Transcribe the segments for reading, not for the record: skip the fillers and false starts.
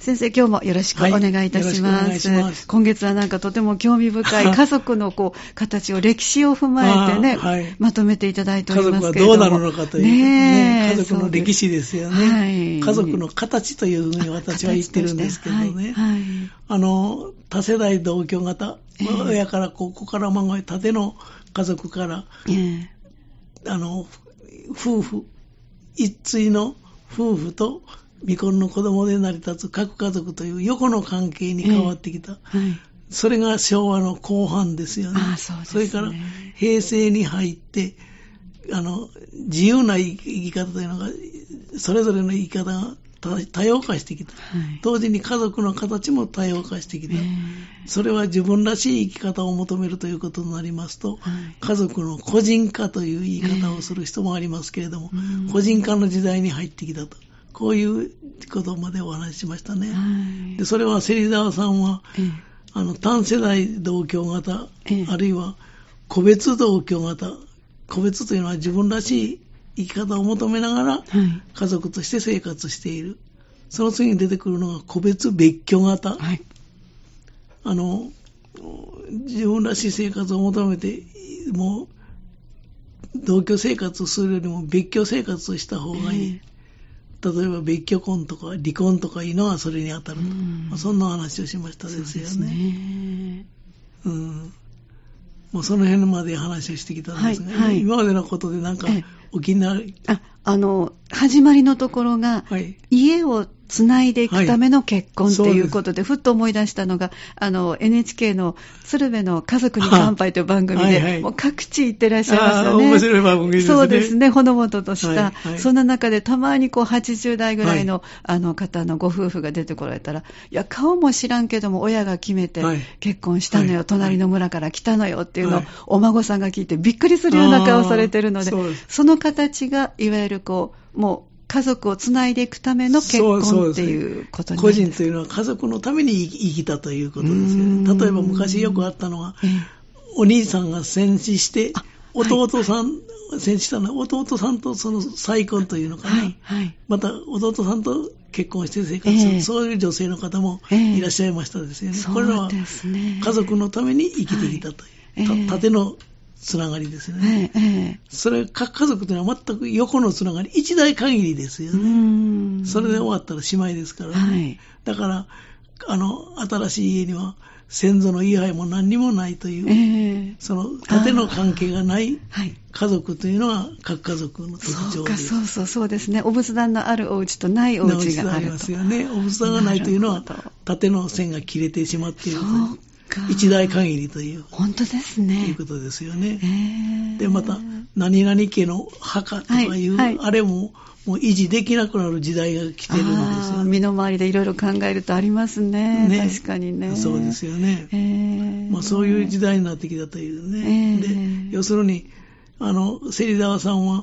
先生、今日もよろしくお願いいたします。 よろしくお願いします。 今月はなんかとても興味深い家族の形を、歴史を踏まえてね、まとめていただいておりますけれども。 家族はどうなるのかというね、家族の歴史ですよね。家族の形というふうに私は言ってるんですけどね。多世代同居型、親から子から孫へ縦の家族から、夫婦、一対の夫婦と未婚の子供で成り立つ核家族という横の関係に変わってきた。それが昭和の後半ですよね。それから平成に入って、自由な生き方というのが、それぞれの生き方が多様化してきた。同時に家族の形も多様化してきた。それは自分らしい生き方を求めるということになりますと、家族の個人化という言い方をする人もありますけれども、個人化の時代に入ってきたと。こういうことまでお話ししましたね。でそれは芹沢さんは、単世代同居型、あるいは個別同居型、個別というのは自分らしい生き方を求めながら家族として生活している。その次に出てくるのが個別別居型。自分らしい生活を求めて、もう同居生活をするよりも別居生活をした方がいい。例えば別居婚とか離婚とかいうのはそれに当たると、そんな話をしましたですよね。もうその辺まで話をしてきたんですが、今までのことでなんかお気になる。 始まりのところが、家をつないでいくための結婚ということで、ふっと思い出したのが、NHK の鶴瓶の家族に乾杯という番組で、もう各地行ってらっしゃいますよね。 面白い番組ですね。 そうですね、ほのぼのとした、そんな中でたまに80代ぐらいの、方のご夫婦が出てこられたら、いや、顔も知らんけども、親が決めて結婚したのよ、隣の村から来たのよっていうのを、お孫さんが聞いてびっくりするような顔をされてるので、その形がいわゆるもう家族をつないでいくための結婚っていうことになるんですか。 個人というのは家族のために生きたということですよね。例えば昔よくあったのは、お兄さんが戦死して、弟さん、戦死したのは弟さんとその再婚というのかな、また弟さんと結婚して生活する、そういう女性の方もいらっしゃいましたですよね。これは家族のために生きてきたという、縦のつながりですね。それ各家族というのは全く横のつながり、一代限りですよね。それで終わったらしまいですからね。だから新しい家には先祖の位牌も何にもないという、その縦の関係がない家族というのは各家族の特徴です。 そうですね。お仏壇のあるお家とないお家があると。 ありますよね。お仏壇がないというのは縦の線が切れてしまっているという。一代限りという本当ですね。 ということですよね。でまた何々家の墓とかいう、あれももう維持できなくなる時代が来てるんですよね。 身の回りでいろいろ考えるとありますね。確かにね。 そうですよね。そういう時代になってきたというね。で要するに芹沢さんは、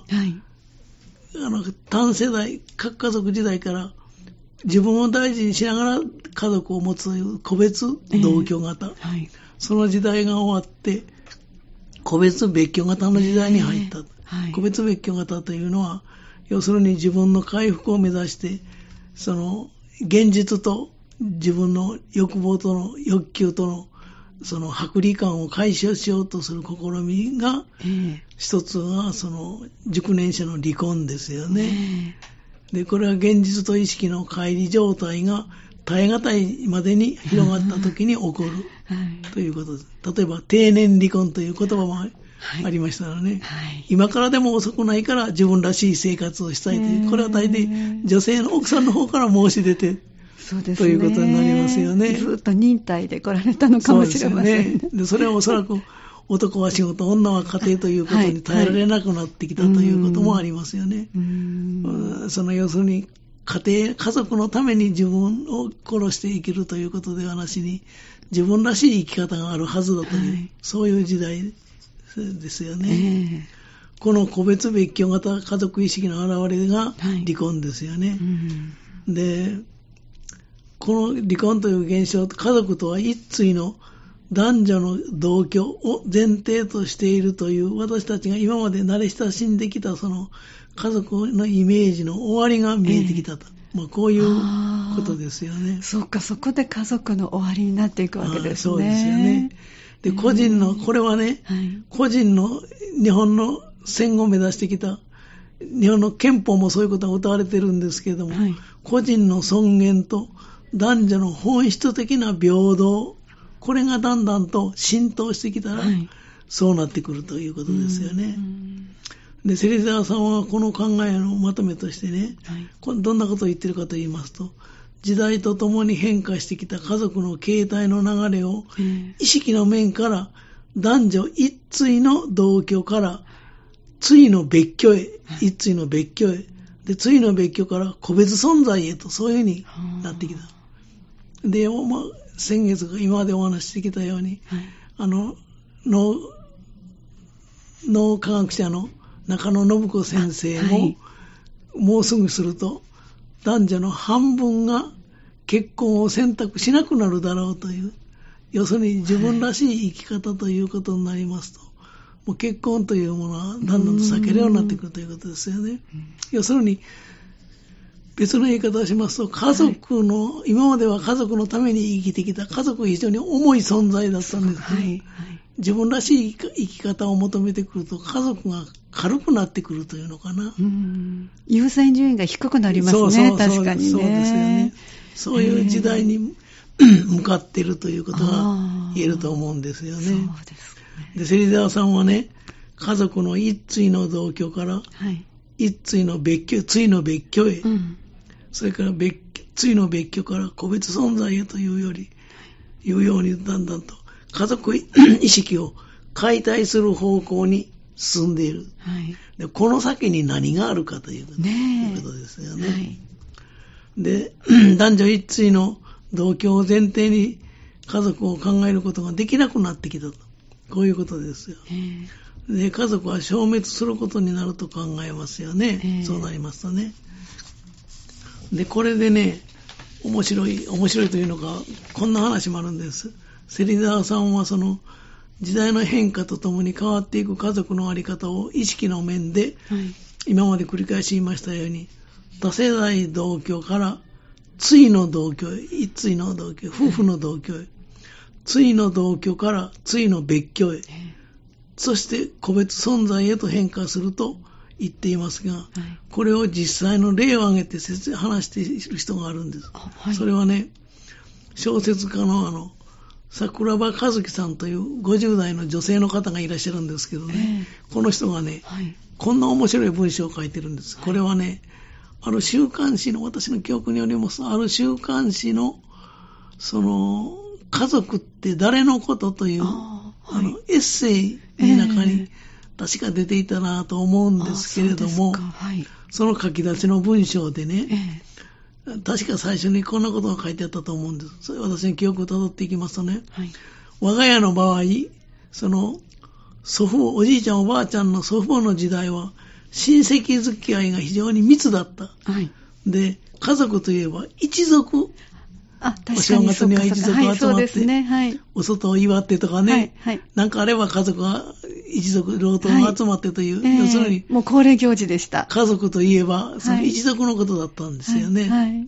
単世代各家族時代から自分を大事にしながら家族を持つ個別同居型、その時代が終わって個別別居型の時代に入った、個別別居型というのは要するに自分の回復を目指してその現実と自分の欲望との欲求とのその剥離感を解消しようとする試みが、一つはその熟年者の離婚ですよね。でこれは現実と意識の乖離状態が耐え難いまでに広がった時に起こるということです。例えば定年離婚という言葉もありましたので、今からでも遅くないから自分らしい生活をしたいという、これは大抵女性の奥さんの方から申し出てということになりますよね。 ずっと忍耐で来られたのかもしれませんね。 でそれはおそらく男は仕事、女は家庭ということに耐えられなくなってきたということもありますよね。その要するに家族のために自分を殺して生きるということではなしに自分らしい生き方があるはずだという、そういう時代ですよね。この個別別居型家族意識の表れが離婚ですよね。でこの離婚という現象、家族とは一対の男女の同居を前提としているという私たちが今まで慣れ親しんできたその家族のイメージの終わりが見えてきたと、 こういうことですよね。 そうか、そこで家族の終わりになっていくわけですね。 そうですよね。で、個人の、これはね、個人の日本の戦後目指してきた、日本の憲法もそういうことが謳われてるんですけれども、個人の尊厳と男女の本質的な平等、これがだんだんと浸透してきたら、そうなってくるということですよね。で、芹沢さんはこの考えのまとめとしてね、どんなことを言ってるかと言いますと、時代とともに変化してきた家族の形態の流れを、意識の面から男女一対の同居から対の別居へ、一対の別居へ、で、対の別居から個別存在へと、そういうふうになってきた。で、先月今までお話ししてきたように、脳科学者の中野信子先生も、もうすぐすると男女の半分が結婚を選択しなくなるだろうという、要するに自分らしい生き方ということになりますと、もう結婚というものはだんだんと避けるようになってくるということですよね。要するに別の言い方をしますと、家族の、今までは家族のために生きてきた、家族は非常に重い存在だったんですけど、自分らしい生き方を求めてくると家族が軽くなってくるというのかな。 優先順位が低くなりますね。確かにね。 そうですよね。そういう時代に向かっているということが言えると思うんですよね。そうですね。で、芹沢さんはね、家族の一対の同居から、一対の別居、対の別居へ、それから対の別居から個別存在へというようにだんだんと家族意識を解体する方向に進んでいる。で、この先に何があるかということですよね。で、男女一対の同居を前提に家族を考えることができなくなってきたと。こういうことですよ。で、家族は消滅することになると考えますよね。そうなりますとね。で、これでね、面白いというのか、こんな話もあるんです。芹沢さんはその時代の変化とともに変わっていく家族の在り方を意識の面で、今まで繰り返し言いましたように、多世代同居から対の同居へ、一対の同居へ、夫婦の同居へ、対の同居から対の別居へ、そして個別存在へと変化すると言っていますが、これを実際の例を挙げて話している人があるんです。それはね、小説家の桜庭和樹さんという50代の女性の方がいらっしゃるんですけどね、この人がね、こんな面白い文章を書いてるんです。これはね、ある週刊誌の、私の記憶によりますと、ある週刊誌の、その、家族って誰のことという、エッセイの中に確か出ていたなと思うんですけれども、その書き出しの文章でね、確か最初にこんなことが書いてあったと思うんです。それ私の記憶をたどっていきますとね、我が家の場合、その祖父母、おじいちゃんおばあちゃんの祖父母の時代は親戚付き合いが非常に密だった。で、家族といえば一族、お正月には一族集まって、お外を祝ってとかね、なんかあれば家族が一族老頭が集まってという、要するにもう恒例行事でした。 家族といえばその一族のことだったんですよね。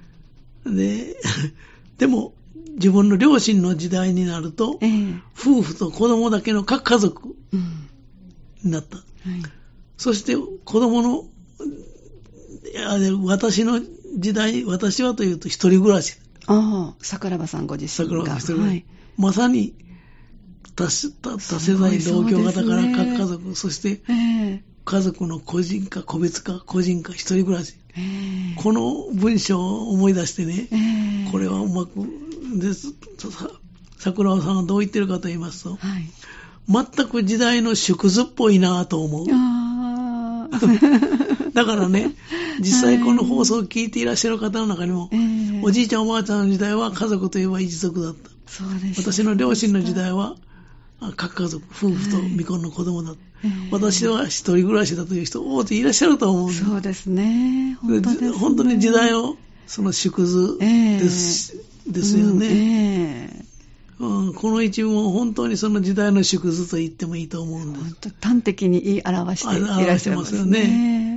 でも自分の両親の時代になると、夫婦と子供だけの各家族になった。そして子供の私の時代、私はというと一人暮らし。 桜庭さんご自身が。 まさに多世代同居型から各家族、そして家族の個人か個別か個人か一人暮らし。この文章を思い出してね、これはうまく桜庭さんがどう言ってるかと言いますと、全く時代の縮図っぽいなと思う。だからね、実際この放送を聞いていらっしゃる方の中にも、おじいちゃんおばあちゃんの時代は家族といえば一族だった。私の両親の時代は各家族、夫婦と未婚の子供だった。私は一人暮らしだという人大勢いらっしゃると思うんです。 そうですね。 本当に時代のその縮図ですよね。この一文は本当にその時代の縮図と言ってもいいと思うんです。 端的に言い表していらっしゃいますよね。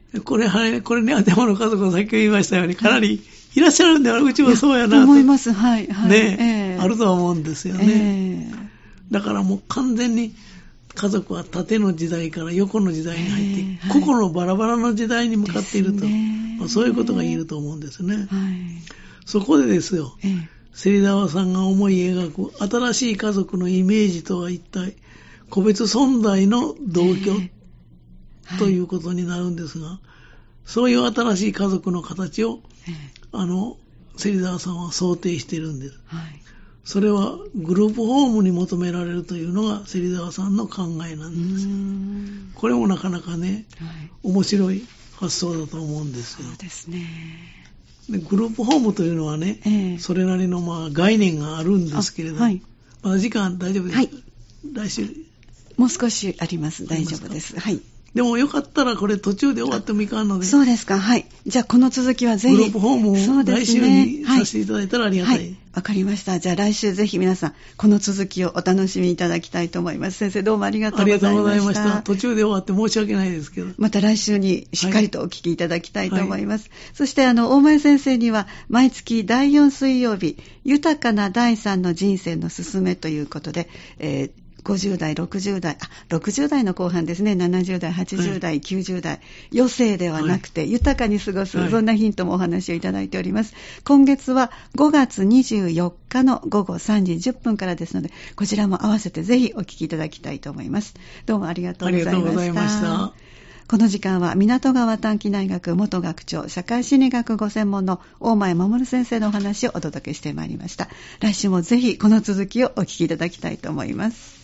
これね、でもの家族はさっき言いましたように、かなりいらっしゃるんで、うちもそうやなと。 思います。はい。はい、 ね、あるとは思うんですよね。だからもう完全に家族は縦の時代から横の時代に入って、個々のバラバラの時代に向かっていると、そういうことが言えると思うんですね。そこでですよ、芹沢さんが思い描く新しい家族のイメージとは一体、個別存在の同居ということになるんですが、そういう新しい家族の形を、芹沢さんは想定しているんです。それはグループホームに求められるというのが芹沢さんの考えなんです。これもなかなかね、面白い発想だと思うんですよ。 そうですね。 でグループホームというのはね、それなりの概念があるんですけれども、まだ時間大丈夫ですか？来週もう少しあります。大丈夫です。はい。 でもよかったらこれ途中で終わってもいかんので。 そうですか。はい。じゃあこの続きはぜひ。 グループホームを来週にさせていただいたらありがたい。はい。 わかりました。じゃあ来週ぜひ皆さんこの続きをお楽しみいただきたいと思います。先生どうもありがとうございました。ありがとうございました。 途中で終わって申し訳ないですけど。 また来週にしっかりとお聞きいただきたいと思います。そして大前先生には毎月第4水曜日、豊かな第3の人生のすすめということで、50代、60代の後半ですね、70代、80代、90代、余生ではなくて豊かに過ごす、そんなヒントもお話をいただいております。今月は5月24日の午後3時10分からですので、こちらも合わせてぜひお聞きいただきたいと思います。どうもありがとうございました。ありがとうございました。この時間は港川短期大学元学長、社会心理学ご専門の大前守先生のお話をお届けしてまいりました。来週もぜひこの続きをお聞きいただきたいと思います。